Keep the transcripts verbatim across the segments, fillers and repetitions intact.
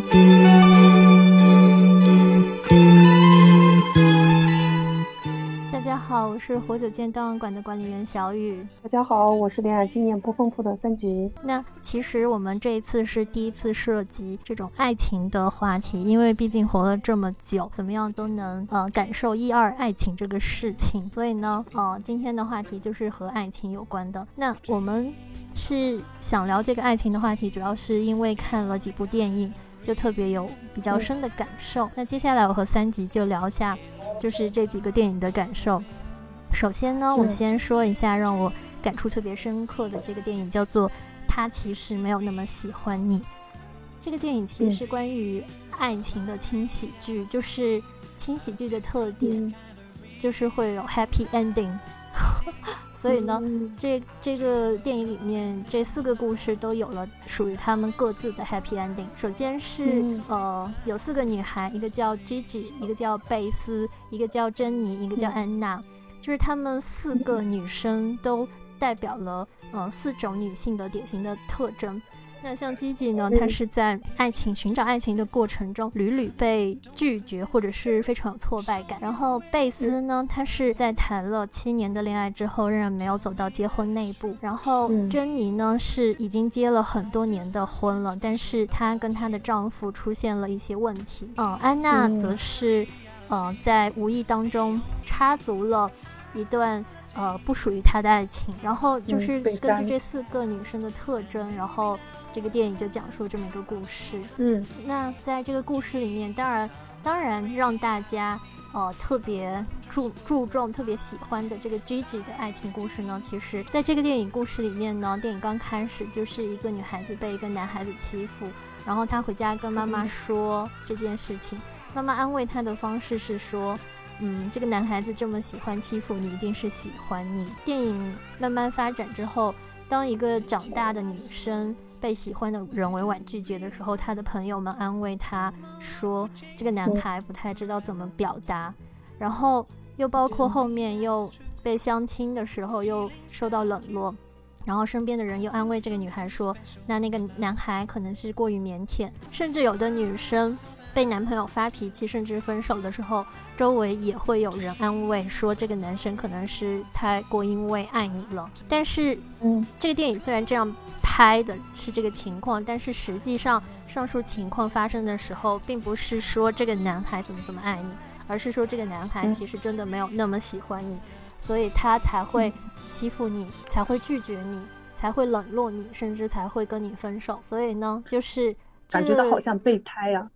大家好，我是活久见档案馆的管理员小雨。 大家好，我是恋爱经验不丰富的三吉。 那其实我们这一次是第一次涉及这种爱情的话题，因为毕竟活了这么久，怎么样都能呃感受一二爱情这个事情，所以呢呃今天的话题就是和爱情有关的。那我们是想聊这个爱情的话题，主要是因为看了几部电影，就特别有比较深的感受、嗯、那接下来我和三吉就聊一下就是这几个电影的感受。首先呢，我先说一下让我感触特别深刻的这个电影，叫做他其实没有那么喜欢你。这个电影其实是关于爱情的轻喜剧、嗯、就是轻喜剧的特点、嗯、就是会有 happy ending 所以呢、嗯、这这个电影里面这四个故事都有了属于他们各自的 happy ending。 首先是、嗯、呃有四个女孩，一个叫 Gigi， 一个叫贝斯，一个叫珍妮，一个叫安娜、嗯、就是她们四个女生都代表了呃四种女性的典型的特征。那像 Gigi 呢，她是在爱情寻找爱情的过程中屡屡被拒绝，或者是非常有挫败感。然后贝斯呢，她是在谈了七年的恋爱之后仍然没有走到结婚那一步。然后珍妮呢，是已经结了很多年的婚了，但是她跟她的丈夫出现了一些问题。嗯，安娜则是呃在无意当中插足了一段呃不属于她的爱情。然后就是根据这四个女生的特征，然后这个电影就讲述这么一个故事。嗯，那在这个故事里面，当然当然让大家呃特别注注重特别喜欢的这个 Gigi 的爱情故事呢，其实在这个电影故事里面呢，电影刚开始就是一个女孩子被一个男孩子欺负，然后她回家跟妈妈说这件事情、嗯、妈妈安慰她的方式是说嗯，这个男孩子这么喜欢欺负你，一定是喜欢你。电影慢慢发展之后，当一个长大的女生被喜欢的人委婉拒绝的时候，她的朋友们安慰她说这个男孩不太知道怎么表达。然后又包括后面又被相亲的时候又受到冷落，然后身边的人又安慰这个女孩说那那个男孩可能是过于腼腆。甚至有的女生被男朋友发脾气甚至分手的时候，周围也会有人安慰说这个男生可能是太过因为爱你了。但是嗯，这个电影虽然这样拍的是这个情况，但是实际上上述情况发生的时候，并不是说这个男孩怎么怎么爱你，而是说这个男孩其实真的没有那么喜欢你、嗯、所以他才会欺负你、嗯、才会拒绝你，才会冷落你，甚至才会跟你分手。所以呢就是感觉到好像备胎啊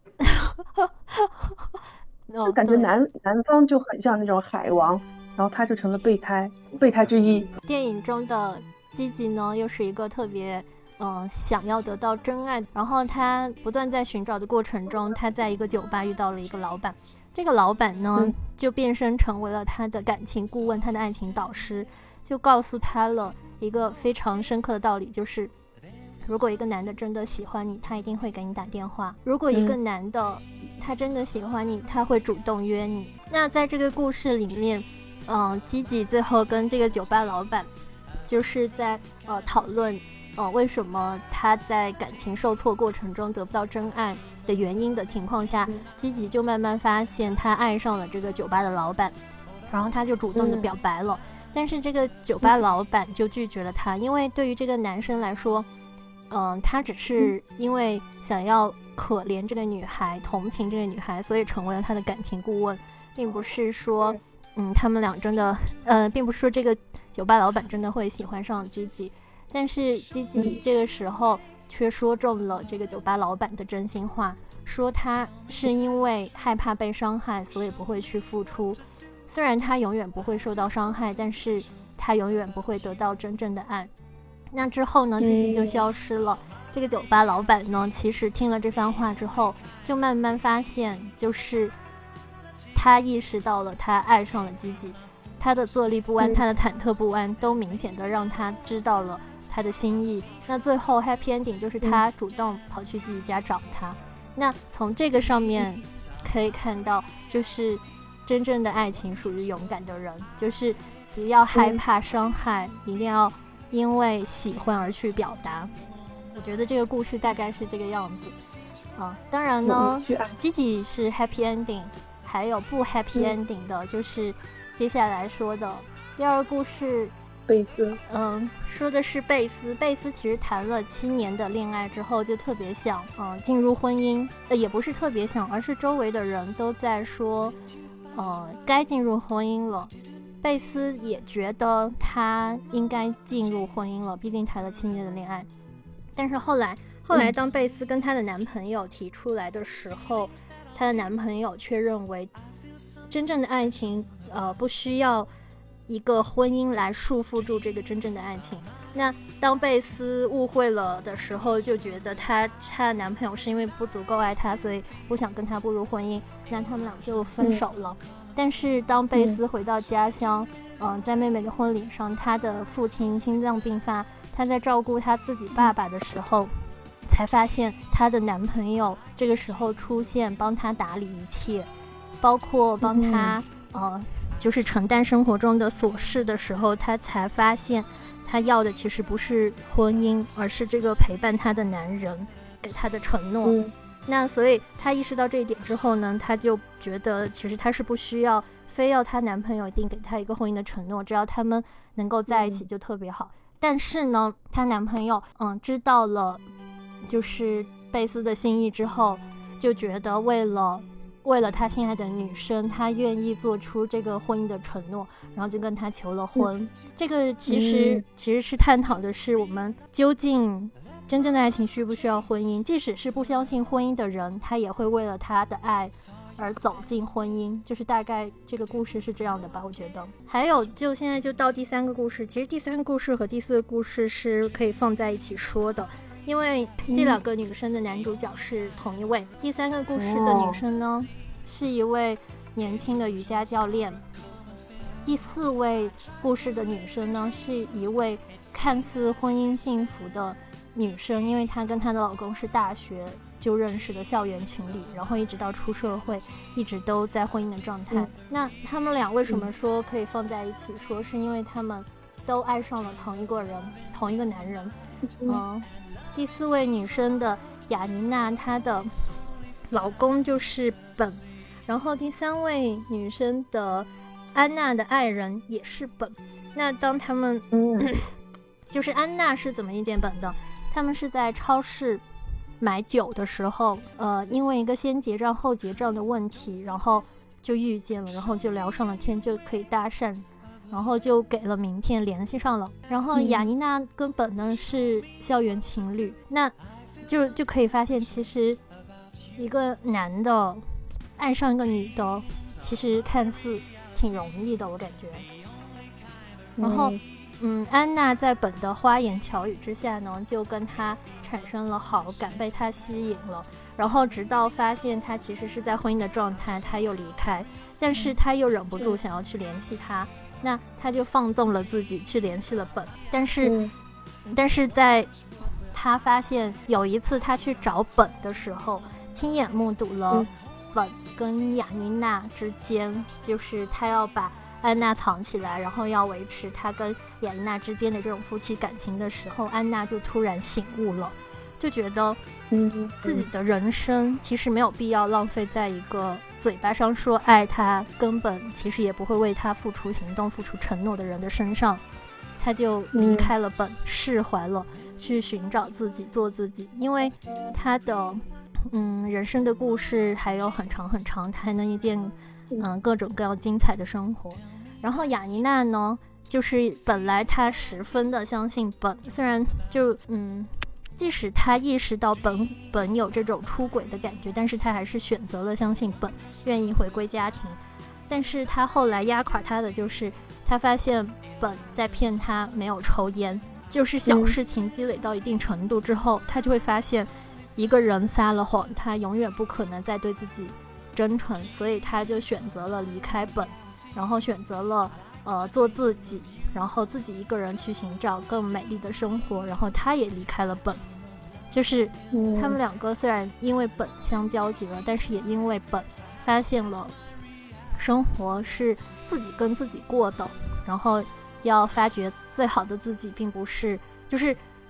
哦、 就感觉男男方就很像那种海王，然后他就成了备胎备胎之一。 电影中的基吉呢，又是一个特别呃想要得到真爱，然后他不断在寻找的过程中，他在一个酒吧遇到了一个老板。这个老板呢、嗯、就变身成为了他的感情顾问，他的爱情导师，就告诉他了一个非常深刻的道理，就是如果一个男的真的喜欢你，他一定会给你打电话。如果一个男的、嗯、他真的喜欢你，他会主动约你。那在这个故事里面嗯，基吉最后跟这个酒吧老板就是在呃讨论呃为什么他在感情受挫过程中得不到真爱的原因的情况下，基吉就慢慢发现他爱上了这个酒吧的老板，然后他就主动的表白了、嗯、但是这个酒吧老板就拒绝了他，因为对于这个男生来说嗯、呃，他只是因为想要可怜这个女孩，同情这个女孩，所以成为了他的感情顾问，并不是说嗯，他们俩真的呃，并不是说这个酒吧老板真的会喜欢上 Gigi， 但是 Gigi 这个时候却说中了这个酒吧老板的真心话，说他是因为害怕被伤害所以不会去付出，虽然他永远不会受到伤害，但是他永远不会得到真正的爱。那之后呢 Gigi 就消失了、嗯、这个酒吧老板呢其实听了这番话之后就慢慢发现，就是他意识到了他爱上了Gigi，他的坐立不安，他的忐忑不安都明显的让他知道了他的心意。那最后 happy ending 就是他主动跑去自己家找他。那从这个上面可以看到，就是真正的爱情属于勇敢的人，就是不要害怕伤害，一定要因为喜欢而去表达。 我觉得这个故事大概是这个样子啊。当然呢，Gigi是 happy ending， 还有不 happy ending 的，嗯、就是接下来说的第二个故事。 贝斯， 嗯，说的是贝斯。贝斯其实谈了七年的恋爱之后，就特别想，嗯，进入婚姻。呃，也不是特别想，而是周围的人都在说，呃，该进入婚姻了。贝斯也觉得他应该进入婚姻了，毕竟谈了七年的恋爱。但是后来，后来当贝斯跟她的男朋友提出来的时候，她的男朋友却认为，真正的爱情，呃，不需要一个婚姻来束缚住这个真正的爱情。那当贝斯误会了的时候，就觉得她她的男朋友是因为不足够爱她，所以不想跟她步入婚姻，那他们俩就分手了。嗯、但是当贝斯回到家乡，嗯、呃，在妹妹的婚礼上，她的父亲心脏病发，她在照顾她自己爸爸的时候，才发现她的男朋友这个时候出现，帮她打理一切，包括帮她、嗯、呃。就是承担生活中的琐事的时候，她才发现她要的其实不是婚姻，而是这个陪伴她的男人给她的承诺、嗯、那所以她意识到这一点之后呢，她就觉得其实她是不需要非要她男朋友一定给她一个婚姻的承诺，只要他们能够在一起就特别好、嗯、但是呢她男朋友嗯知道了就是贝斯的心意之后，就觉得为了为了他心爱的女生，他愿意做出这个婚姻的承诺，然后就跟他求了婚、嗯、这个其实、嗯、其实是探讨的是我们究竟真正的爱情需不需要婚姻，即使是不相信婚姻的人，他也会为了他的爱而走进婚姻，就是大概这个故事是这样的吧，我觉得。还有就现在就到第三个故事，其实第三个故事和第四个故事是可以放在一起说的，因为这两个女生的男主角是同一位、嗯、第三个故事的女生呢、哦、是一位年轻的瑜伽教练，第四位故事的女生呢是一位看似婚姻幸福的女生，因为她跟她的老公是大学就认识的校园群里，然后一直到出社会一直都在婚姻的状态、嗯、那他们俩为什么说可以放在一起说、嗯、是因为他们都爱上了同一个人，同一个男人。嗯、呃第四位女生的雅妮娜，她的老公就是本，然后第三位女生的安娜的爱人也是本。那当他们、嗯、就是安娜是怎么遇见本的，他们是在超市买酒的时候，呃，因为一个先结账后结账的问题，然后就遇见了，然后就聊上了天，就可以搭讪，然后就给了名片联系上了。然后雅妮娜跟本呢是校园情侣，那就就可以发现其实一个男的爱上一个女的其实看似挺容易的，我感觉。然后嗯，安娜在本的花言巧语之下呢，就跟他产生了好感，被他吸引了，然后直到发现他其实是在婚姻的状态，他又离开，但是他又忍不住想要去联系他，那他就放纵了自己去联系了本。但是、嗯、但是在他发现有一次他去找本的时候，亲眼目睹了本跟雅妮娜之间，就是他要把安娜藏起来，然后要维持他跟雅妮娜之间的这种夫妻感情的时候，安娜就突然醒悟了，就觉得自己的人生其实没有必要浪费在一个嘴巴上说爱他，根本其实也不会为他付出行动付出承诺的人的身上。他就离开了本、嗯、释怀了，去寻找自己，做自己。因为他的嗯人生的故事还有很长很长，他还能遇见嗯各种各样精彩的生活。然后雅妮娜呢，就是本来她十分的相信本，虽然就嗯即使她意识到本本有这种出轨的感觉，但是她还是选择了相信本，愿意回归家庭。但是她后来压垮她的就是她发现本在骗她没有抽烟，就是小事情积累到一定程度之后，她就会发现一个人撒了谎，他永远不可能再对自己真诚，所以她就选择了离开本，然后选择了呃做自己，然后自己一个人去寻找更美丽的生活，然后她也离开了本。就是他们两个虽然因为本相交集了，但是也因为本发现了生活是自己跟自己过的，然后要发掘最好的自己，并不是就是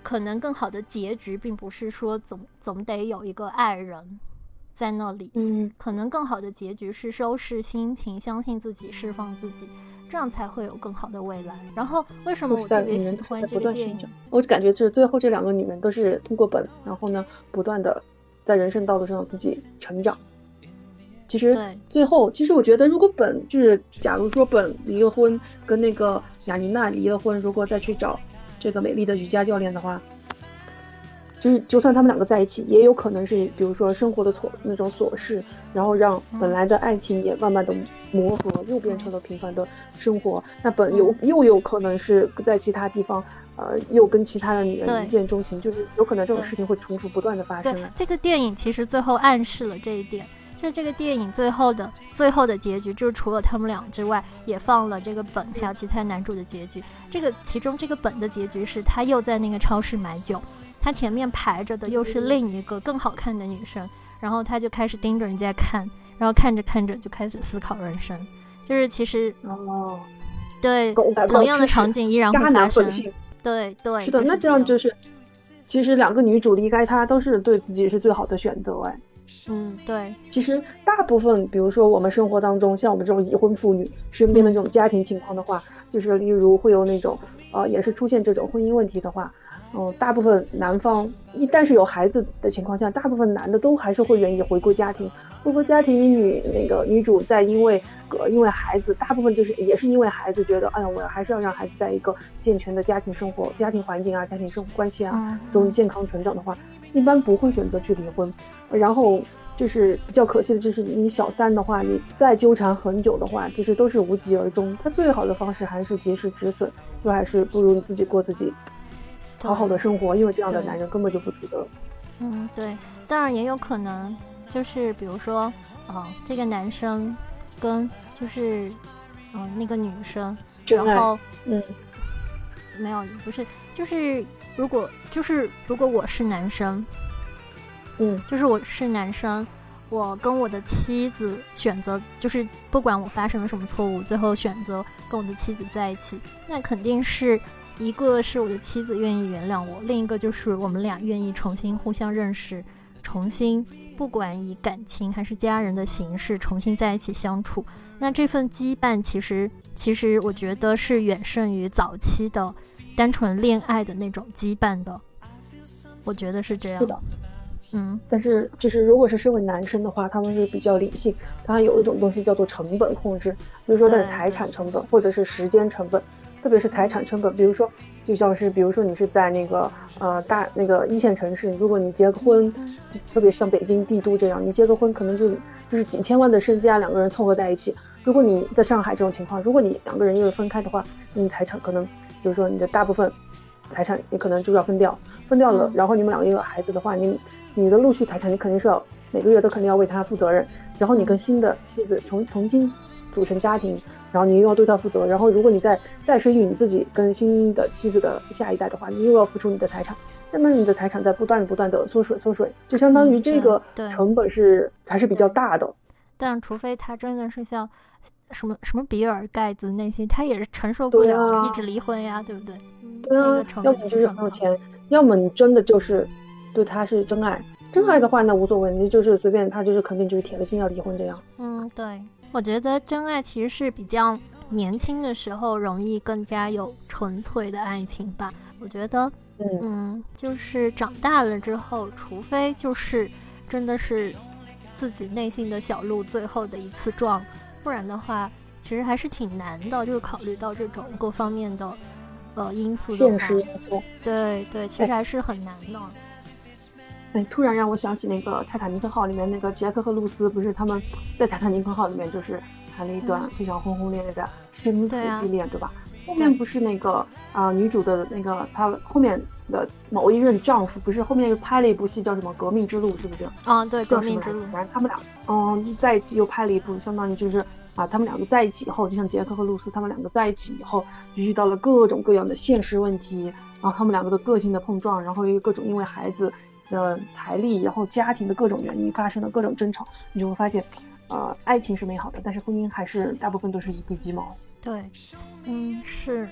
可能更好的结局并不是说总总得有一个爱人在那里， 嗯， 可能更好的结局是收拾心情，相信自己，释放自己，这样才会有更好的未来。然后为什么我特别喜欢这个电影？ 我感觉就是最后这两个女人都是通过本，然后呢，不断的在人生道路上自己成长。其实最后，其实我觉得，如果本就是假如说本离了婚，跟那个雅妮娜离了婚，如果再去找这个美丽的瑜伽教练的话，就是就算他们两个在一起，也有可能是比如说生活的琐那种琐事，然后让本来的爱情也慢慢的磨合，又变成了平凡的生活。那本有又有可能是在其他地方。呃，又跟其他的女人一见钟情，就是有可能这种事情会重复不断的发生。 对，这个电影其实最后暗示了这一点，就这个电影最后的最后的结局，就是除了他们俩之外，也放了这个本还有其他男主的结局。这个其中这个本的结局是他又在那个超市买酒，他前面排着的又是另一个更好看的女生，然后他就开始盯着人家看，然后看着看着就开始思考人生，就是其实哦， 对，同样的场景依然会发生。对对， 是的，那这样就是，其实两个女主离开他都是对自己是最好的选择哎。 嗯，对。 其实大部分，比如说我们生活当中，像我们这种已婚妇女身边的这种家庭情况的话，嗯、就是例如会有那种呃，也是出现这种婚姻问题的话，嗯、呃，大部分男方一旦是有孩子的情况下，大部分男的都还是会愿意回归家庭。回归家庭，女那个女主在因为呃因为孩子，大部分就是也是因为孩子觉得，哎呀，我还是要让孩子在一个健全的家庭生活、家庭环境啊、家庭生活关系啊中健康成长的话，一般不会选择去离婚。然后就是比较可惜的就是你小三的话，你再纠缠很久的话，其实都是无疾而终。他最好的方式还是及时止损，就还是不如你自己过自己好好的生活，因为这样的男人根本就不值得。 嗯，对，当然也有可能。就是比如说，呃，这个男生跟就是嗯、呃、那个女生，然后嗯， 没有，不是，就是如果就是如果我是男生， 嗯， 就是我是男生，我跟我的妻子选择，就是不管我发生了什么错误，最后选择跟我的妻子在一起，那肯定是一个是我的妻子愿意原谅我，另一个就是我们俩愿意重新互相认识，重新不管以感情还是家人的形式重新在一起相处。那这份羁绊其实其实我觉得是远胜于早期的单纯恋爱的那种羁绊的，我觉得是这样。 是的， 嗯， 但是就是如果是身为男生的话，他们是比较理性，他有一种东西叫做成本控制，比如说他的财产成本或者是时间成本，特别是财产成本，比如说就像是比如说你是在那个呃大那个一线城市，如果你结个婚，特别像北京帝都这样，你结个婚可能就就是几千万的身家两个人凑合在一起。如果你在上海这种情况，如果你两个人又分开的话，你财产可能比如说你的大部分财产你可能就要分掉，分掉了，然后你们两个有孩子的话，你你的陆续财产你肯定是要每个月都肯定要为他负责任，然后你跟新的妻子重重新组成家庭，然后你又要对他负责，然后如果你再再生育你自己跟新的妻子的下一代的话，你又要付出你的财产，那么你的财产在不断不断的缩水缩水，就相当于这个成本是、嗯、还是比较大的。 但除非他真的是像什么什么比尔盖茨那些，他也是承受不了、啊、一直离婚呀，对不对？ 对啊，那个、要么你就是很有钱，要么你真的就是对他是真爱。真爱的话那无所谓，你就是随便他就是肯定就是铁了心要离婚这样。 嗯，对，我觉得真爱其实是比较年轻的时候容易更加有纯粹的爱情吧。我觉得嗯, 嗯就是长大了之后，除非就是真的是自己内心的小鹿最后的一次撞，不然的话其实还是挺难的，就是考虑到这种各方面的呃因素的现实因素， 对对，其实还是很难的。 哎，突然让我想起那个泰坦尼克号里面那个杰克和露丝，不是他们在泰坦尼克号里面就是谈了一段非常轰轰烈烈的生死之恋， 对, 对吧？后面不是那个啊、呃、女主的那个她后面的某一任丈夫，不是后面又拍了一部戏叫什么《革命之路》，是不是？ 啊，对，革命之路。 反正他们俩嗯在一起又拍了一部，相当于就是啊他们两个在一起以后，就像杰克和露丝他们两个在一起以后，就遇到了各种各样的现实问题，然后他们两个的个性的碰撞，然后又各种因为孩子的财力，然后家庭的各种原因发生了各种争吵，你就会发现呃，爱情是美好的，但是婚姻还是大部分都是一地鸡毛。 对，嗯，是，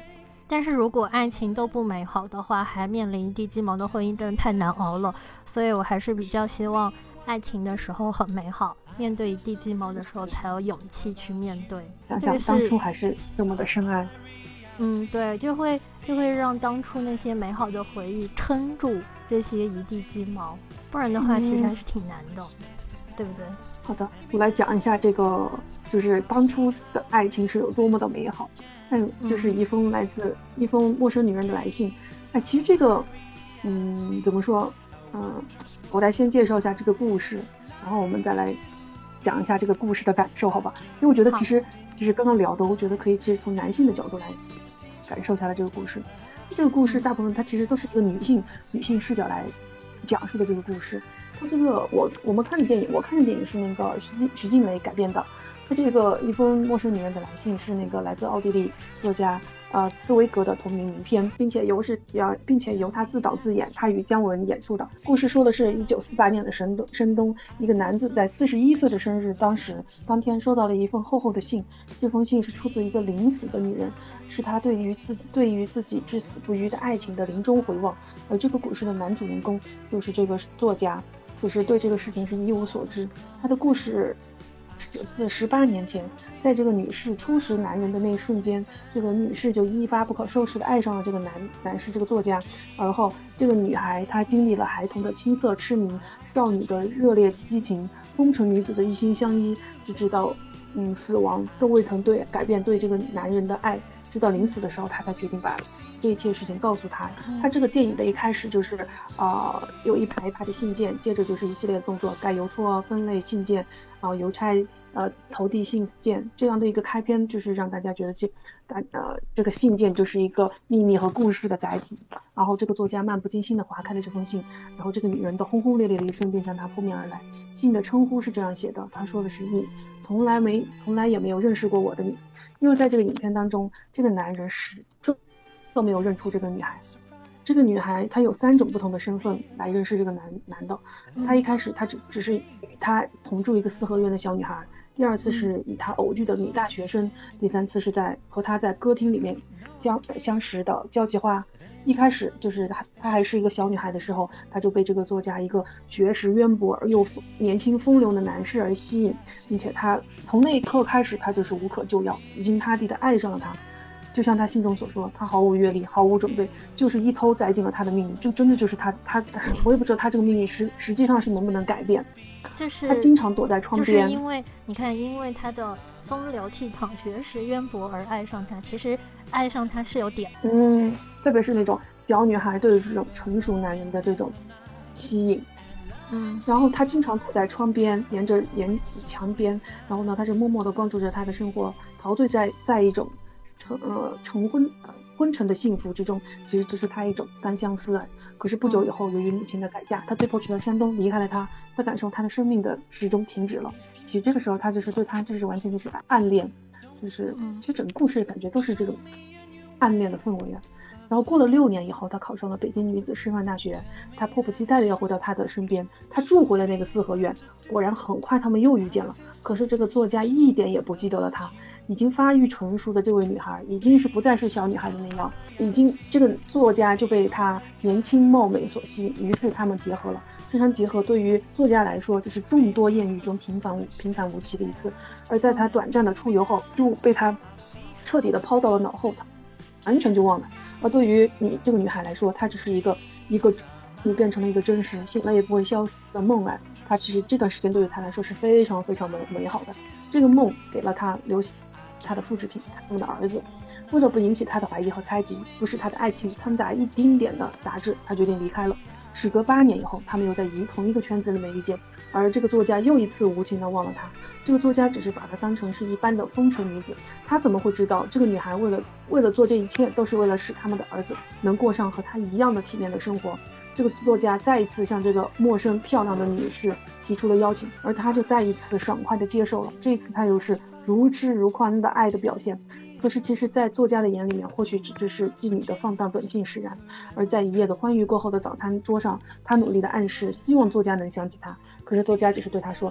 但是如果爱情都不美好的话，还面临一地鸡毛的婚姻，真的太难熬了。所以我还是比较希望爱情的时候很美好，面对一地鸡毛的时候才有勇气去面对。 想想当初还是这么的深爱。 嗯，对，就会就会让当初那些美好的回忆撑住这些一地鸡毛，不然的话其实还是挺难的。嗯，对不对？ 好的，我来讲一下这个，就是当初的爱情是有多么的美好。但就是一封来自、嗯、一封陌生女人的来信。哎，其实这个，嗯，怎么说？嗯，我来先介绍一下这个故事，然后我们再来讲一下这个故事的感受，好吧？因为我觉得其实就是刚刚聊的，我觉得可以其实从男性的角度来感受一下这个故事。这个故事大部分它其实都是一个女性女性视角来讲述的这个故事。它这个我我们看的电影，我看的电影是那个徐静徐静蕾改编的。它这个一封陌生女人的来信是那个来自奥地利作家呃茨威格的同名名篇，并且由是呃并且由他自导自演，他与姜文演述的。故事说的是一九四八年的深冬，深冬一个男子在四十一岁的生日当时当天收到了一份厚厚的信，这封信是出自一个临死的女人，是他对于自对于自己至死不渝的爱情的临终回望。而这个故事的男主人公就是这个作家，此时对这个事情是一无所知。他的故事始自十八年前，在这个女士初识男人的那一瞬间，这个女士就一发不可收拾的爱上了这个男男士这个作家。而后这个女孩她经历了孩童的青涩痴迷，少女的热烈激情，风尘女子的一心相依，直至到嗯死亡都未曾对改变对这个男人的爱。直到临死的时候，他才决定把这一切事情告诉他。他这个电影的一开始就是呃有一排一排的信件，接着就是一系列的动作，改邮戳、分类信件，然后邮差呃投递信件，这样的一个开篇，就是让大家觉得这大呃这个信件就是一个秘密和故事的载体。然后这个作家漫不经心的划开了这封信，然后这个女人的轰轰烈烈的一生便向他扑面而来。信的称呼是这样写的，他说的是你从来没从来也没有认识过我的你。因为在这个影片当中，这个男人始终都没有认出这个女孩。这个女孩她有三种不同的身份来认识这个男男的。她一开始她只只是与她同住一个四合院的小女孩，第二次是与她偶遇的女大学生，第三次是在和她在歌厅里面相相识的交际花。一开始就是她她还是一个小女孩的时候，她就被这个作家一个学识渊博而又年轻风流的男士而吸引，并且她从那一刻开始，她就是无可救药，死心塌地的爱上了他。就像他信中所说，他毫无阅历，毫无准备，就是一头栽进了他的命运。就真的就是他他我也不知道他这个命运实实际上是能不能改变。 就是他经常躲在窗边， 就是因为你看，因为他的风流倜傥、学识渊博而爱上他。其实爱上他是有点， 嗯，特别是那种小女孩对这种成熟男人的这种吸引。 嗯， 然后他经常躲在窗边，沿着沿墙边，然后呢，他就默默地关注着他的生活，陶醉在在一种成呃成婚呃昏沉的幸福之中。其实这是他一种单相思爱。可是不久以后，由于母亲的改嫁，他被迫去了山东，离开了他，他感受他的生命的时钟停止了。其实这个时候，他就是对他就是完全就是暗恋，就是其实整个故事感觉都是这种暗恋的氛围啊。然后过了六年以后，他考上了北京女子师范大学，他迫不及待的要回到他的身边。他住回了那个四合院，果然很快他们又遇见了。可是这个作家一点也不记得了他，已经发育成熟的这位女孩已经是不再是小女孩的那样，已经这个作家就被她年轻貌美所吸引，于是他们结合了。这场结合对于作家来说就是众多艳遇中平凡平凡无奇的一次，而在他短暂的出游后就被他彻底的抛到了脑后，完全就忘了。而对于你这个女孩来说，她只是一个一个你变成了一个真实醒了也不会消失的梦魇。她其实这段时间对于她来说是非常非常美美好的。这个梦给了她留下她的复制品，他们的儿子。为了不引起她的怀疑和猜忌，不使她的爱情掺杂一丁点的杂质，她决定离开了。时隔八年以后，他们又在一同一个圈子里面遇见，而这个作家又一次无情地忘了他。这个作家只是把她当成是一般的风尘女子，他怎么会知道这个女孩为了为了做这一切都是为了使他们的儿子能过上和他一样的体面的生活。这个作家再一次向这个陌生漂亮的女士提出了邀请，而他就再一次爽快地接受了。这一次他又是如痴如狂的爱的表现。可是其实在作家的眼里面，或许只是妓女的放荡本性使然。而在一夜的欢愉过后的早餐桌上，他努力的暗示希望作家能想起他，可是作家只是对他说，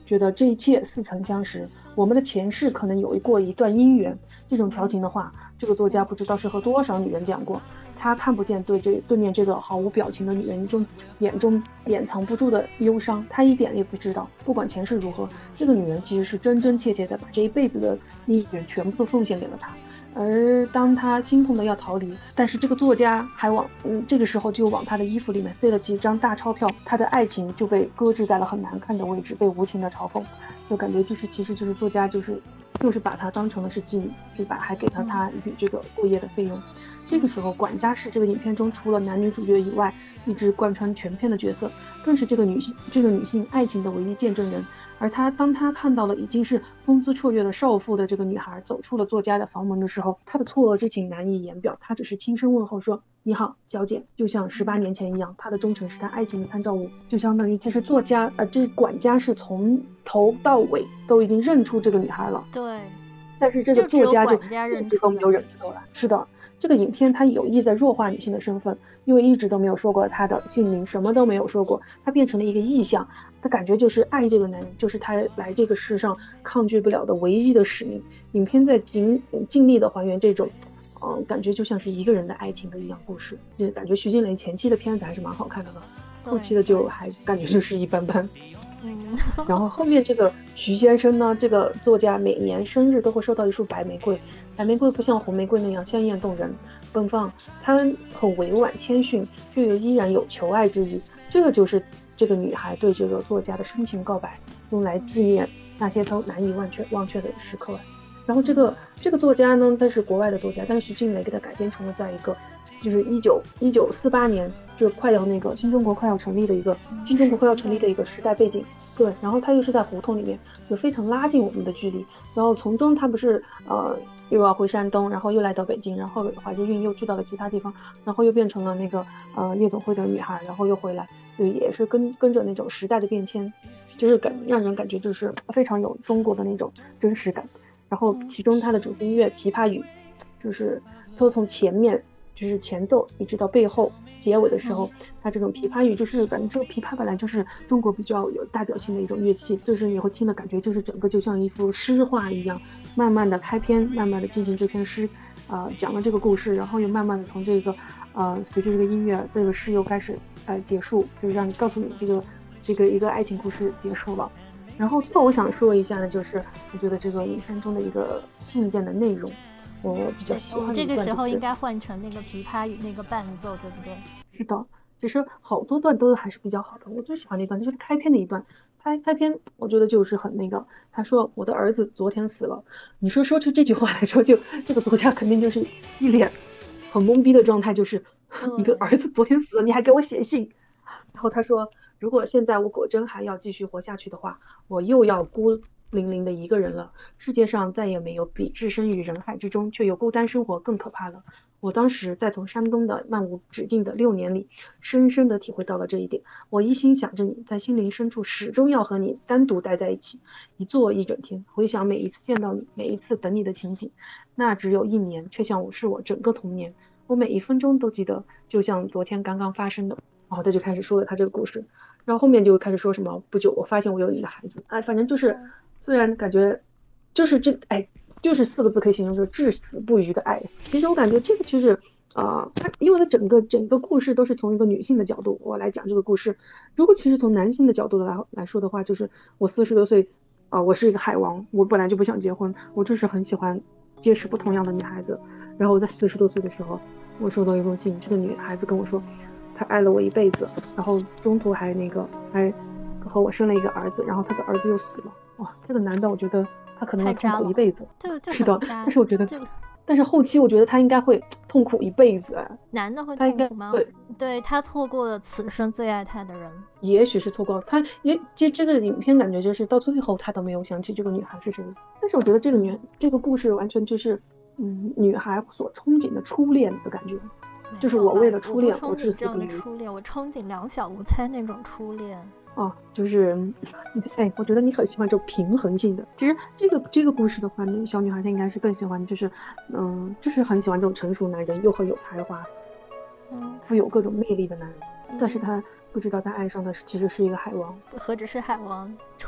觉得这一切似曾相识，我们的前世可能有过一段姻缘。这种调情的话，这个作家不知道是和多少女人讲过。他看不见对这对面这个毫无表情的女人中眼中掩藏不住的忧伤，他一点也不知道，不管前世如何，这个女人其实是真真切切的把这一辈子的姻缘全部都奉献给了他。而当他心痛的要逃离，但是这个作家还往嗯这个时候就往他的衣服里面塞了几张大钞票，他的爱情就被搁置在了很难看的位置，被无情的嘲讽。就感觉就是其实就是作家就是就是把他当成了是妓女，就把还给了他一笔这个过夜的费用。这个时候管家是这个影片中除了男女主角以外一直贯穿全片的角色，更是这个女性这个女性爱情的唯一见证人。而他当他看到了已经是风姿绰约的少妇的这个女孩走出了作家的房门的时候，他的错愕之情难以言表。他只是轻声问候说：“你好，小姐。”就像十八年前一样，他的忠诚是他爱情的参照物，就相当于其实作家呃这管家是从头到尾都已经认出这个女孩了。 对。 但是这个作家就一直都没有忍出来。是的，这个影片它有意在弱化女性的身份，因为一直都没有说过她的姓名，什么都没有说过，它变成了一个意象。他感觉就是爱这个男人，就是他来这个世上抗拒不了的唯一的使命。影片在尽尽力的还原这种，嗯、呃，感觉就像是一个人的爱情的一样故事。就感觉徐静蕾前期的片子还是蛮好看的了，后期的就还感觉就是一般般。 嗯， 然后后面这个徐先生呢，这个作家每年生日都会收到一束白玫瑰，白玫瑰不像红玫瑰那样鲜艳动人奔放，它很委婉谦逊，却又依然有求爱之意。这个就是这个女孩对这个作家的深情告白，用来纪念那些都难以忘却忘却的时刻。然后这个这个作家呢，他是国外的作家，但是徐静蕾给他改编成了在一个就是一九一九四八年，就是快要那个新中国快要成立的一个新中国快要成立的一个时代背景。对，然后他又是在胡同里面，就非常拉近我们的距离。然后从中他不是呃又要回山东，然后又来到北京，然后怀着孕又去到了其他地方，然后又变成了那个呃夜总会的女孩，然后又回来，就也是跟跟着那种时代的变迁，就是感让人感觉就是非常有中国的那种真实感。然后其中它的主题音乐琵琶语，就是都从前面就是前奏一直到背后结尾的时候，它这种琵琶语就是感觉这个琵琶本来就是中国比较有代表性的一种乐器，就是你会听的感觉就是整个就像一幅诗画一样，慢慢的开篇，慢慢的进行这篇诗，呃讲了这个故事，然后又慢慢的从这个呃随着这个音乐这个诗又开始呃结束，就是让你告诉你这个这个一个爱情故事结束了。然后最后我想说一下呢，就是我觉得这个影片中的一个信件的内容我比较喜欢的一段、就是、 这个时候应该换成那个琵琶语那个伴奏，对不对？ 是的，其实好多段都还是比较好的，我最喜欢的一段就是开篇的一段。开开篇我觉得就是很那个，他说我的儿子昨天死了。你说说出这句话来说，就这个作家肯定就是一脸很懵逼的状态，就是你的儿子昨天死了你还给我写信。然后他说如果现在我果真还要继续活下去的话，我又要孤零零的一个人了。世界上再也没有比置身于人海之中却又孤单生活更可怕了。我当时在从山东的漫无止境的六年里，深深地体会到了这一点。我一心想着你，在心灵深处始终要和你单独待在一起，一坐一整天，回想每一次见到你，每一次等你的情景。那只有一年，却像我是我整个童年，我每一分钟都记得，就像昨天刚刚发生的。然后他就开始说了他这个故事，然后后面就开始说什么不久我发现我有你的孩子，哎，反正就是虽然感觉就是这哎就是四个字可以形容，就是至死不渝的爱。其实我感觉这个就是啊、呃，它因为它整个整个故事都是从一个女性的角度我来讲这个故事。如果其实从男性的角度来来说的话，就是我四十多岁啊、呃，我是一个海王，我本来就不想结婚，我就是很喜欢结识不同样的女孩子。然后我在四十多岁的时候，我收到一封信，这个女孩子跟我说他爱了我一辈子，然后中途还那个还和我生了一个儿子，然后他的儿子又死了。哇，这个男的我觉得他可能要痛苦一辈子。是的，但是我觉得但是后期我觉得他应该会痛苦一辈子。 男的会痛苦吗？对，对，他错过了此生最爱他的人。也许是错过了他，也其实这个影片感觉就是到最后他都没有想起这个女孩是谁。但是我觉得这个女这个故事完全就是嗯女孩所憧憬的初恋的感觉，就是我为了初恋我至死不渝。 初恋，我憧憬两小无猜那种初恋。 哦，就是哎，我觉得你很喜欢这种平衡性的。其实这个这个故事的话，那个小女孩她应该是更喜欢，就是嗯，就是很喜欢这种成熟男人，又很有才华，嗯，富有各种魅力的男人。嗯、但是她不知道她爱上的其实是一个海王。 何止是海王，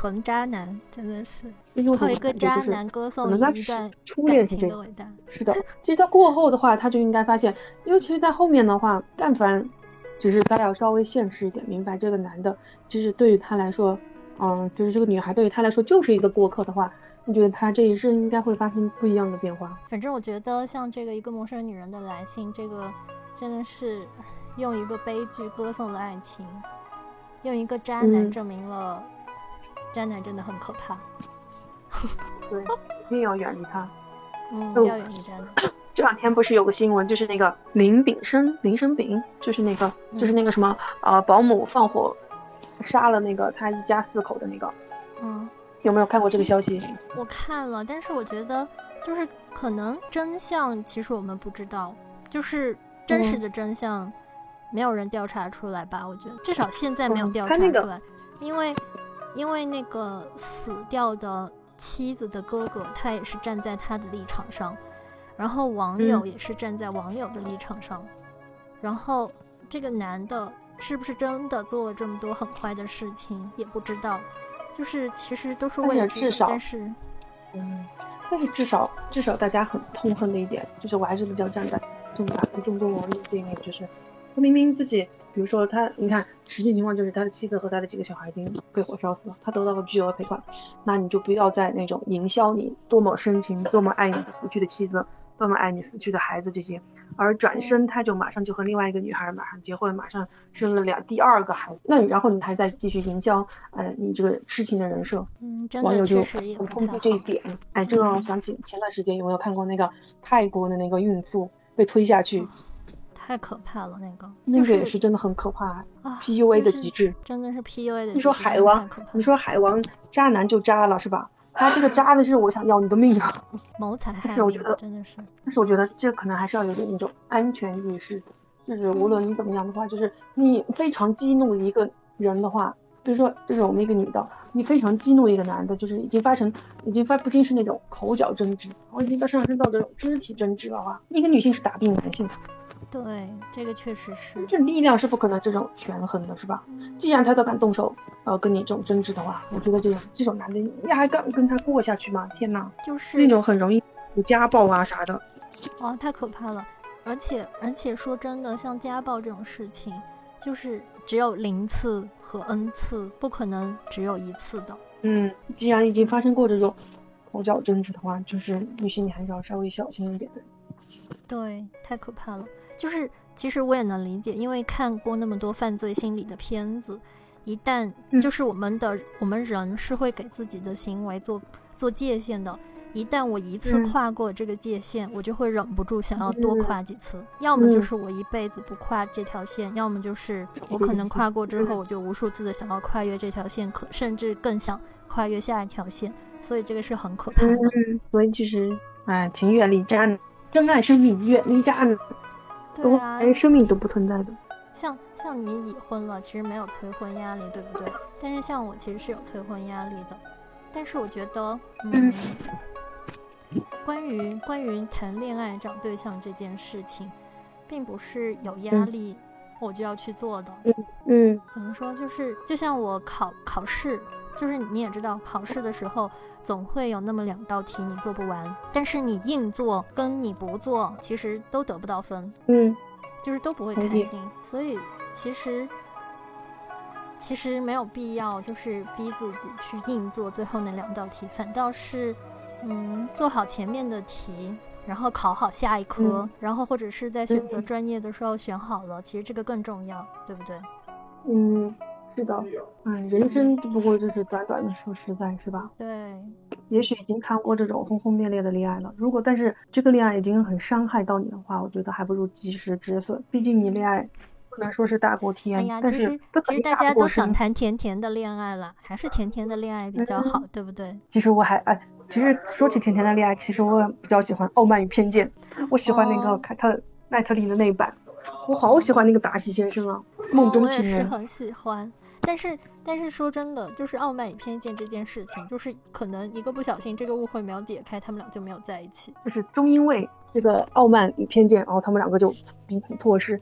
纯渣男，真的是靠一个渣男歌颂一段初恋情的伟大。 是的，其实他过后的话，他就应该发现，因为其实在后面的话，但凡只是他要稍微现实一点，明白这个男的，其实对于他来说，嗯，就是这个女孩对于他来说就是一个过客的话，你觉得他这一生应该会发生不一样的变化。 反正我觉得像这个一个陌生女人的来信，这个真的是用一个悲剧歌颂了爱情，用一个渣男证明了、嗯、渣男真的很可怕。 对，一定要远离他。 嗯，要远离渣男。 这两天不是有个新闻，就是那个林炳生，林生炳，就是那个，嗯、就是那个什么，呃，保姆放火杀了那个他一家四口的那个。 嗯， 有没有看过这个消息？ 我看了，但是我觉得就是可能真相其实我们不知道，就是真实的真相没有人调查出来吧？嗯、我觉得至少现在没有调查出来，嗯那个、因为因为那个死掉的妻子的哥哥，他也是站在他的立场上。然后网友也是站在网友的立场上、嗯、然后这个男的是不是真的做了这么多很坏的事情也不知道，就是其实都是为了至少但是嗯，但是至少至少大家很痛恨的一点就是我还是比较站在正大中东王这一面，就是他明明自己比如说他你看实际情况就是他的妻子和他的几个小孩已经被火烧死了，他得到了巨额赔款，那你就不要再那种营销你多么深情多么爱你的死去的妻子多么爱你死去的孩子这些，而转身他就马上就和另外一个女孩马上结婚，马上生了两第二个孩子，那你然后你还在继续营销呃你这个痴情的人设， 嗯，真的网友就很抨击这一点。哎，这个让我想起前段时间有没有看过那个泰国的那个孕妇被推下去， 太可怕了，那个那个也是真的很可怕、啊、P U A 的极致、 就是、真的是 P U A 的极致。 你说海王你说海王渣男就渣了是吧，他这个渣的是我想要你的命啊， 谋财害命，真的是。 但是我觉得这可能还是要有点那种安全意识，就是无论你怎么样的话，就是你非常激怒一个人的话，比如说就是我们一个女的，你非常激怒一个男的，就是已经发生已经发不仅是那种口角争执，我已经到上升到这种肢体争执的话，一个女性是打不赢男性。 对，这个确实是， 这力量是不可能这种权衡的，是吧？嗯、既然他都敢动手，呃，跟你这种争执的话，我觉得这种这种男的，你还敢跟他过下去吗？天哪， 就是那种很容易有家暴啊啥的。 哇，太可怕了！而且而且说真的，像家暴这种事情，就是只有零次和 n 次，不可能只有一次的。 嗯，既然已经发生过这种口角争执的话，就是女性你还是要稍微小心一点的。 对，太可怕了。就是其实我也能理解，因为看过那么多犯罪心理的片子，一旦就是我们的、嗯、我们人是会给自己的行为做做界限的，一旦我一次跨过这个界限、嗯、我就会忍不住想要多跨几次、嗯、要么就是我一辈子不跨这条线、嗯、要么就是我可能跨过之后我就无数次的想要跨越这条线，可甚至更想跨越下一条线，所以这个是很可怕的。 嗯，所以其实哎，请远离渣男，珍爱生命，远离渣男。 对啊， 连生命都不存在的。 像像你已婚了，其实没有催婚压力，对不对？但是像我其实是有催婚压力的。但是我觉得，嗯，嗯关于关于谈恋爱找对象这件事情，并不是有压力、嗯、我就要去做的。 嗯嗯， 怎么说？就是就像我考考试，就是你也知道，考试的时候总会有那么两道题你做不完，但是你硬做跟你不做其实都得不到分， 嗯， 就是都不会开心，所以其实其实没有必要就是逼自己去硬做最后那两道题，反倒是嗯做好前面的题，然后考好下一科、嗯、然后或者是在选择专业的时候选好了、嗯、其实这个更重要，对不对？ 嗯，是的，哎，人生不过就是短短的说实在，是吧？ 对， 也许已经看过这种轰轰烈烈的恋爱了，如果但是这个恋爱已经很伤害到你的话，我觉得还不如及时止损，毕竟你恋爱不能说是大过天。 哎呀， 但是其实其实大家都想谈甜甜的恋爱了，还是甜甜的恋爱比较好、嗯、对不对？ 其实我还哎，其实说起甜甜的恋爱，其实我比较喜欢《傲慢与偏见》，我喜欢那个凯特奈特利的那一版，我好喜欢那个达西先生啊，梦中情人、 哦、我也是很喜欢。但是但是说真的，就是傲慢与偏见这件事情，就是可能一个不小心这个误会没有解开，他们俩就没有在一起， 就是正因为这个傲慢与偏见，然后他们两个就彼此错失。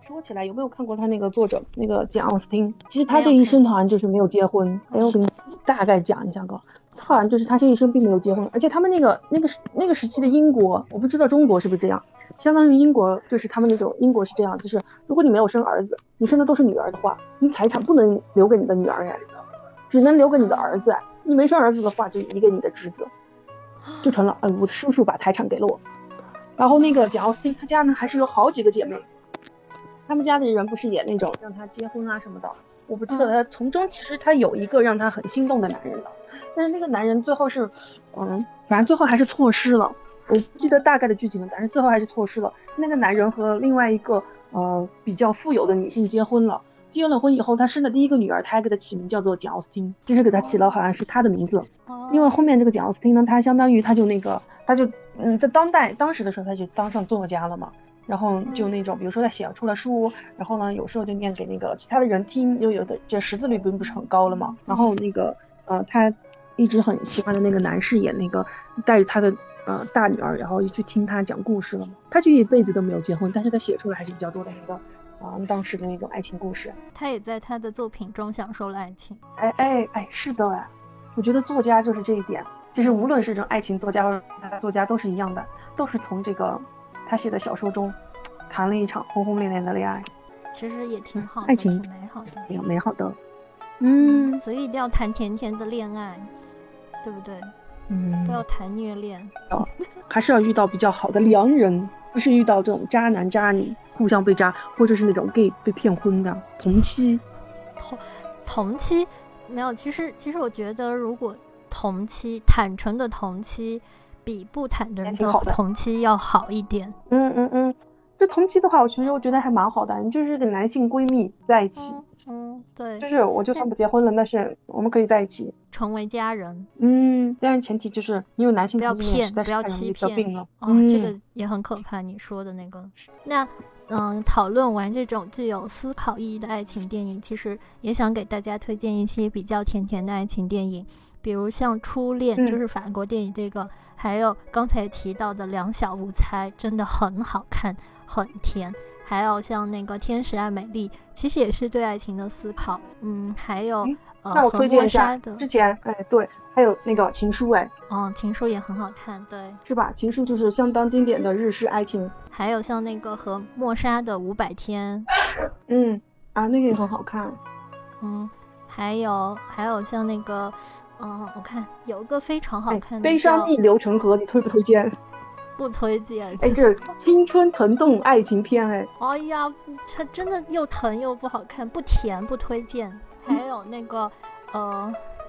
说起来，有没有看过他那个作者那个简奥斯汀？其实他这一生好像就是没有结婚。哎，我给你大概讲一下个，他好像就是他这一生并没有结婚，而且他们那个那个那个时期的英国，我不知道中国是不是这样，相当于英国就是他们那种英国是这样，就是如果你没有生儿子，你生的都是女儿的话，你财产不能留给你的女儿哎，只能留给你的儿子哎。你没生儿子的话，就遗给你的侄子，就成了，呃，我的叔叔把财产给了我。然后那个简奥斯汀他家呢还是有好几个姐妹，他们家的人不是也那种让他结婚啊什么的，我不记得他从中其实他有一个让他很心动的男人的，但是那个男人最后是，嗯，反正最后还是错失了，我不记得大概的剧情了，但是最后还是错失了。那个男人和另外一个呃比较富有的女性结婚了。结了婚以后，他生的第一个女儿，他还给他起名叫做简奥斯汀，就是给他起了好像是他的名字。因为后面这个简奥斯汀呢，他相当于他就那个，他就嗯，在当代当时的时候，他就当上作家了嘛。然后就那种，比如说他写出了书，然后呢，有时候就念给那个其他的人听，又有的这识字率并不是很高了嘛。然后那个呃，他一直很喜欢的那个男士也那个带着他的呃大女儿，然后去听他讲故事了嘛。他就一辈子都没有结婚，但是他写出来还是比较多的那个。啊，当时的那种爱情故事， 他也在他的作品中享受了爱情。 哎哎哎，是的哎，我觉得作家就是这一点，就是无论是这种爱情作家或者其他作家都是一样的，都是从这个他写的小说中谈了一场轰轰烈烈的恋爱。 其实也挺好的， 爱情挺美好的， 挺美好的。嗯， 所以一定要谈甜甜的恋爱，对不对？嗯，不要谈虐恋， 哦，还是要遇到比较好的良人，不是遇到这种渣男渣女互相被渣，或者是那种 gay 被骗婚的同妻。 同同妻没有，其实其实我觉得，如果同妻坦诚的同妻，比不坦诚的同妻要好一点。 嗯嗯嗯。这同期的话，我其实我觉得还蛮好的，你就是个男性闺蜜在一起， 嗯，嗯对， 就是我就算不结婚了，但是我们可以在一起， 成为家人。 嗯，但是前提就是因为男性不要骗，不要欺骗了。 哦、嗯，这个也很可怕。你说的那个，那嗯，讨论完这种具有思考意义的爱情电影，其实也想给大家推荐一些比较甜甜的爱情电影。比如像《初恋》， 嗯， 就是法国电影这个，还有刚才提到的《两小无猜》，真的很好看，很甜。还有像那个《天使爱美丽》，其实也是对爱情的思考。嗯，还有、嗯、呃， 那我推荐一下的之前，哎，对，还有那个《情书》，哎， 嗯，《情书》也很好看，对， 是吧？《情书》就是相当经典的日式爱情。 还有像那个和默莎的《五百天》， 嗯，啊，那个也很好看。 嗯，还有还有像那个。嗯，我看有一个非常好看的、 哎、悲伤逆流成河，你推不推荐？ 不推荐。 哎，这青春疼痛爱情片，哎， 哎呀，它真的又疼又不好看，不甜，不推荐。还有那个、嗯、呃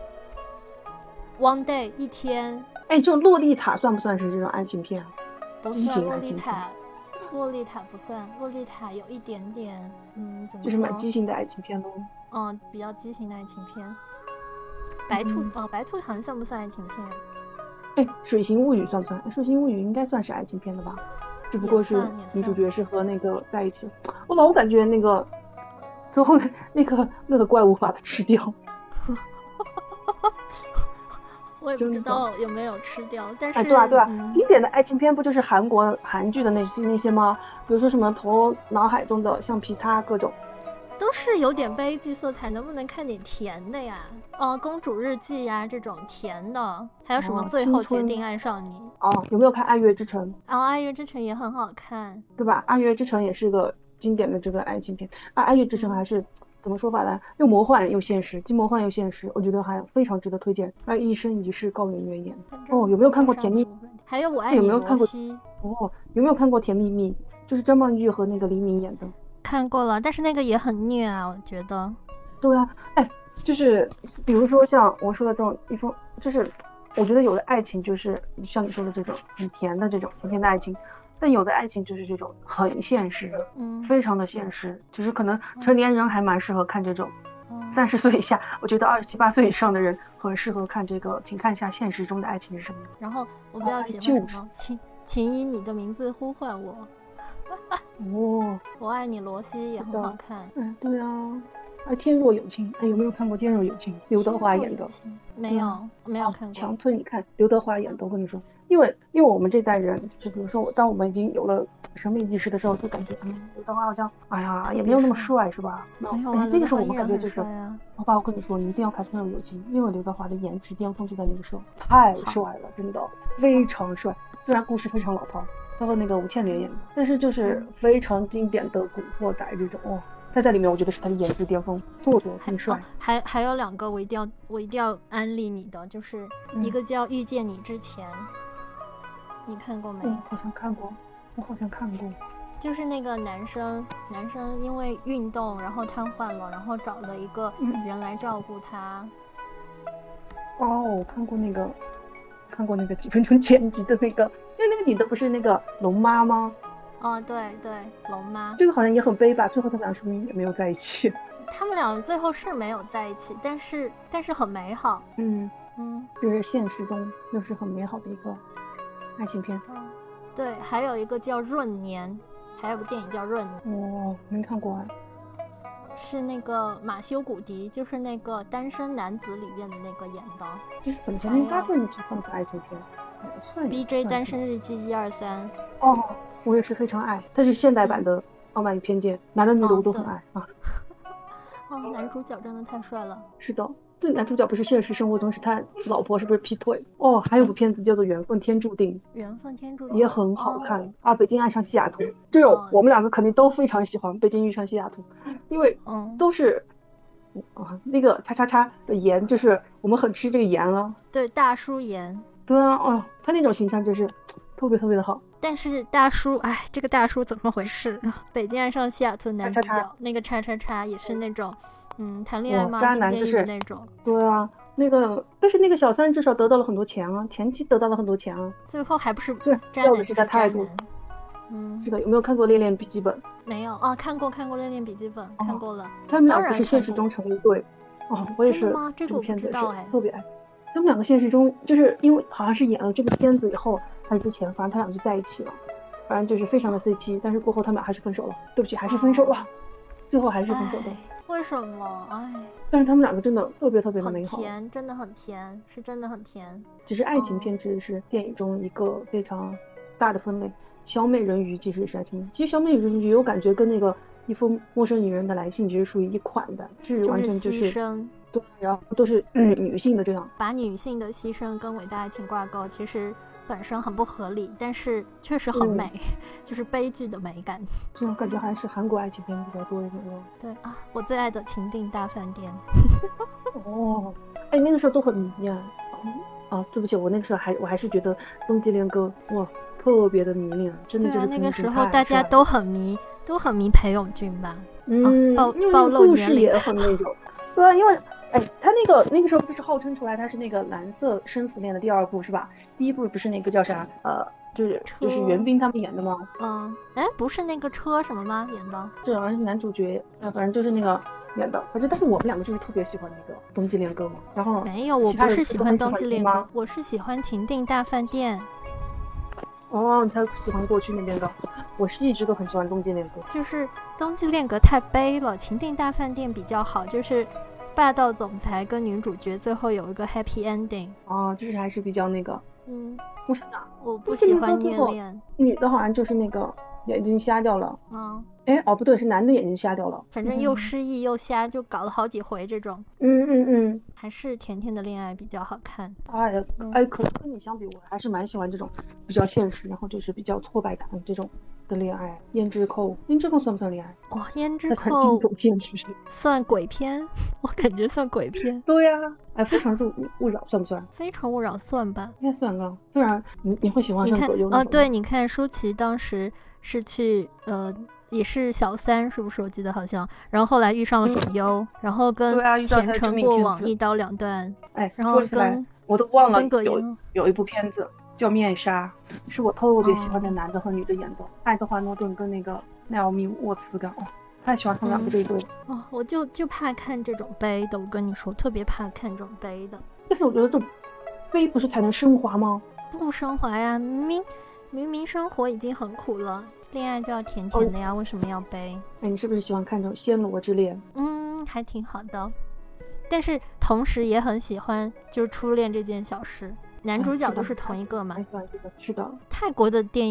，One Day 一天。 哎，这种洛丽塔算不算是这种爱情片？ 不算，洛丽塔，洛丽塔不算，洛丽塔有一点点，嗯，怎么说？ 就是蛮畸形的爱情片喽。 嗯，比较畸形的爱情片。白兔、嗯、哦，白兔好像算不算爱情片？ 哎，水形物语算不算？水形物语应该算是爱情片的吧？只不过是女主角是和那个在一起。我老感觉那个最后那个那个怪物把它吃掉。 我也不知道有没有吃掉，但是、 哎、对啊对啊、 嗯， 经典的爱情片不就是韩国韩剧的那些那些吗？比如说什么头脑海中的橡皮擦各种。 都是有点悲剧色彩，能不能看点甜的呀？呃，公主日记呀，这种甜的，还有什么最后决定爱上你？ 哦，有没有看《爱乐之城》？ 哦，《爱乐之城》也很好看， 对吧？《爱乐之城》也是个经典的这个爱情片。啊，《爱乐之城》还是怎么说法呢？又魔幻又现实，既魔幻又现实，我觉得还非常值得推荐。还有一生一世高圆圆演。哦，有没有看过《甜蜜》？ 还有我爱你罗西。 哦，有没有看过《甜蜜蜜》？就是张曼玉和那个黎明演的。 看过了，但是那个也很虐啊，我觉得。 对啊，哎，就是比如说像我说的这种一封，就是我觉得有的爱情就是像你说的这种很甜的这种甜甜的爱情，但有的爱情就是这种很现实的，嗯，非常的现实，就是可能成年人还蛮适合看这种，三十岁以下，我觉得二十七八岁以上的人很适合看这个，请看一下现实中的爱情是什么。 然后我比较喜欢什么，请请以你的名字呼唤我。 哦， 我爱你罗西也很好看。 嗯，对啊。哎，天若有情，哎，有没有看过《天若有情》？刘德华演的。 没有，嗯、没有看过。 强推你看，刘德华演的。我跟你说，因为因为我们这代人，就比如说我，当我们已经有了审美意识的时候，就感觉嗯，刘德华好像哎呀也没有那么帅是吧？ 没有啊， 那个时候我们感觉就是， 啊、 好吧，我跟你说，你一定要看《朋友有情》，因为刘德华的颜值巅峰就在那个时候，太帅了，真的非常帅。虽然故事非常老套，他和那个吴倩莲演的，但是就是非常经典的古惑仔这种哦。他在里面我觉得是他的颜值巅峰，做作很帅。 还、哦、还, 还有两个我一定要我一定要安利你的，就是一个叫《遇见你之前》，嗯、你看过没？ 嗯，好像看过，我好像看过。 就是那个男生，男生因为运动然后瘫痪了，然后找了一个人来照顾他。 嗯、哦，我看过那个，看过那个几分钟剪辑的那个，因为那个女的不是那个龙妈吗？ 哦，对对，龙妈， 这个好像也很悲吧，最后他们俩是不是也没有在一起？ 他们俩最后是没有在一起，但是但是很美好。 嗯嗯， 就是现实中又是很美好的一个爱情片。 嗯，对，还有一个叫闰年，还有个电影叫闰年。 哦，没看过哎。 是那个马修古迪，就是那个《单身男子》里面的那个演的。 就是本田应该算是算是爱情片，算 B J 单身日记一二三。 哦。我也是非常爱，它是现代版的《傲慢与偏见》，男的女的我都很爱、哦、啊。 哦，男主角真的太帅了。 是的，这男主角不是现实生活中是他老婆是不是劈腿？哦，还有部片子叫做《缘分天注定》， 缘分天注定也很好看、哦、啊。北京爱上西雅图，这种、哦、我们两个肯定都非常喜欢《北京遇上西雅图》，因为都是。嗯啊，那个叉叉叉的盐就是我们很吃这个盐了。 对，大叔盐。 对啊，哦，他那种形象就是特别特别的好。 但是大叔，哎，这个大叔怎么回事？北京爱上西雅图男主角叉叉那个叉叉叉也是那种，嗯，谈恋爱吗？ 渣男就是那种。 对啊，那个，但是那个小三至少得到了很多钱啊，前期得到了很多钱啊。 最后还不是对， 要的是他态度。 嗯， 是的，有没有看过《恋恋笔记本》？ 没有啊，看过看过《恋恋笔记本》哦，看过了。 他们俩不是现实中成一对哦，我也是。 这个片子是特别爱。他们两个现实中就是因为好像是演了这个片子以后，还之前，反正他俩就在一起了，反正就是非常的 C P， 但是过后他们俩还是分手了。对不起，还是分手了，哦、最后还是分手的。 为什么？哎。 但是他们两个真的特别特别的美好， 很甜，真的很甜，是真的很甜。 只是爱情片其实是电影中一个非常大的分类。小美人鱼其实也是爱情，其实小美人鱼我感觉跟那个一封陌生女人的来信其实属于一款的，是完全就是牺牲， 对，然后都是嗯女性的这样， 把女性的牺牲跟伟大爱情挂钩，其实本身很不合理，但是确实很美，嗯、就是悲剧的美感。 这种感觉还是韩国爱情片比较多一点咯。 对啊，我最爱的情定大饭店。 哦，哎，那个时候都很迷啊。啊，对不起，我那个时候还我还是觉得冬季恋歌哇。特别的迷恋，真的就是、 啊、那个时候大家都很迷，都很迷裴勇俊吧？ 嗯， 暴因为暴露故事也很那种。对啊，因为哎，他那个那个时候就是号称出来他是那个蓝色生死恋的第二部是吧？第一部不是那个叫啥呃，就是就是袁冰他们演的吗？ 嗯，哎，不是那个车什么吗？演的？ 这好像是男主角，呃，反正就是那个演的。反正但是我们两个就是特别喜欢那个冬季恋歌嘛。然后没有，我不是喜欢冬季恋歌，我是喜欢情定大饭店。 哦，你才喜欢过去那边的，我是一直都很喜欢冬季恋歌。 就是冬季恋歌太悲了，情定大饭店比较好，就是霸道总裁跟女主角最后有一个 happy ending。 哦，就是还是比较那个， 嗯， 我想想， 我不喜欢虐恋。 女的好像就是那个眼睛瞎掉了。 嗯。 哎，哦不对，是男的眼睛瞎掉了， 反正又失忆又瞎，嗯、就搞了好几回这种。 嗯嗯嗯， 还是甜甜的恋爱比较好看。 哎呀，哎，可能跟你相比，我还是蛮喜欢这种比较现实，然后就是比较挫败感这种的恋爱。胭脂扣，胭脂扣算不算恋爱？ 哇，胭脂扣惊悚片是算鬼片，我感觉算鬼片。 对呀、啊，哎，非诚勿扰算不算？ 非诚勿扰算吧， 应该算了，不然你你会喜欢上葛优？ 哦，对，你看舒淇当时是去呃。也是小三是不是？我记得好像，然后后来遇上了葛优、嗯，然后跟前程过往一刀两断。 哎， 然后跟我都忘了有有一部片子叫《面纱》，是我特别喜欢的男的和女的演的，哦、爱德华诺顿跟那个奈奥米沃茨感，哦，太喜欢他们两个这一对、 嗯。哦，我就就怕看这种悲的，我跟你说，特别怕看这种悲的。 但是我觉得这种悲不是才能升华吗？ 不升华呀，明明明明生活已经很苦了。恋爱就要甜甜的呀、哦，为什么要悲？ 哎，你是不是喜欢看这种暹罗之恋？ 嗯，还挺好的，但是同时也很喜欢就是初恋这件小事。男主角都是同一个嘛？ 哎、是的。 泰国的电影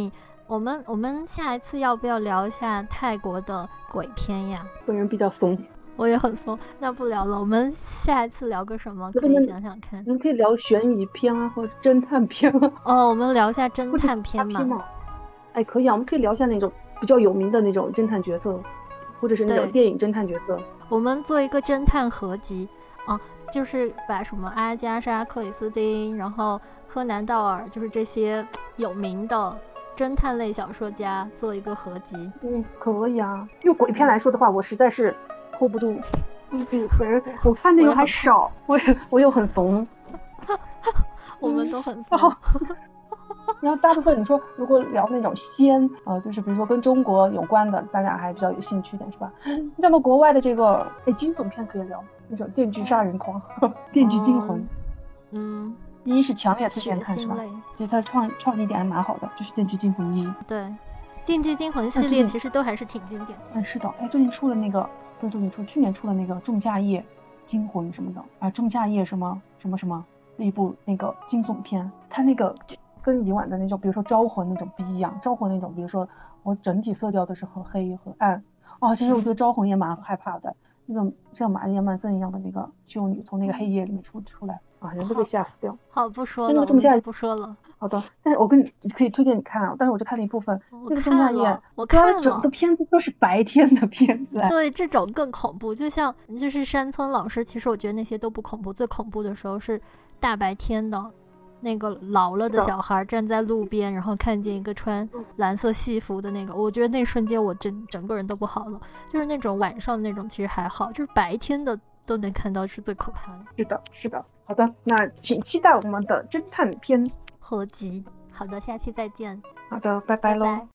我们我们下一次要不要聊一下泰国的鬼片呀？ 本人比较怂， 我也很怂，那不聊了。我们下一次聊个什么？可以想想看。 你们可以聊悬疑片啊，或者侦探片啊。 哦，我们聊一下侦探片嘛。 哎，可以啊，我们可以聊一下那种比较有名的那种侦探角色，或者是那种电影侦探角色。 我们做一个侦探合集啊，就是把什么阿加莎·克里斯汀，然后柯南·道尔，就是这些有名的侦探类小说家做一个合集。 嗯，可以啊。就鬼片来说的话，我实在是 hold 不住。嗯，本人我看内容还少，我我又很怂。 我们都很怂。 然后大部分你说如果聊那种仙，呃，就是比如说跟中国有关的，大家还比较有兴趣一点，是吧？你讲到国外的这个，哎，惊悚片可以聊，那种电锯杀人狂、电锯惊魂。 嗯。 一是强烈推荐看，是吧？其实它创创意点还蛮好的，就是《电锯惊魂一》。 对，《电锯惊魂》系列其实都还是挺经典。 嗯，是的。哎，最近出了那个，不是最近出，去年出了那个《仲夏夜惊魂》什么的啊，《仲夏夜什么什么什么》那一部那个惊悚片，它那个跟以往的那种，比如说《招魂》那种不一样，《招魂》那种，比如说我整体色调都是很黑很暗。哦，其实我觉得《招魂》也蛮害怕的，那种像玛丽莲·曼森一样的那个修女从那个黑夜里面出出来。啊，人都被吓死掉。 好，不说了，我们就不说了。 好的，但是我跟你可以推荐你看啊，但是我就看了一部分。那个仲夏夜， 我看了， 整个片子都是白天的片子。 对，这种更恐怖。就像就是山村老师，其实我觉得那些都不恐怖，最恐怖的时候是大白天的，那个老了的小孩站在路边，然后看见一个穿蓝色戏服的那个，我觉得那瞬间我整整个人都不好了。就是那种晚上的那种其实还好，就是白天的都能看到是最可怕的。 是的，是的。好的，那请期待我们的侦探片合集。好的，下期再见。 好的，拜拜喽。 拜拜。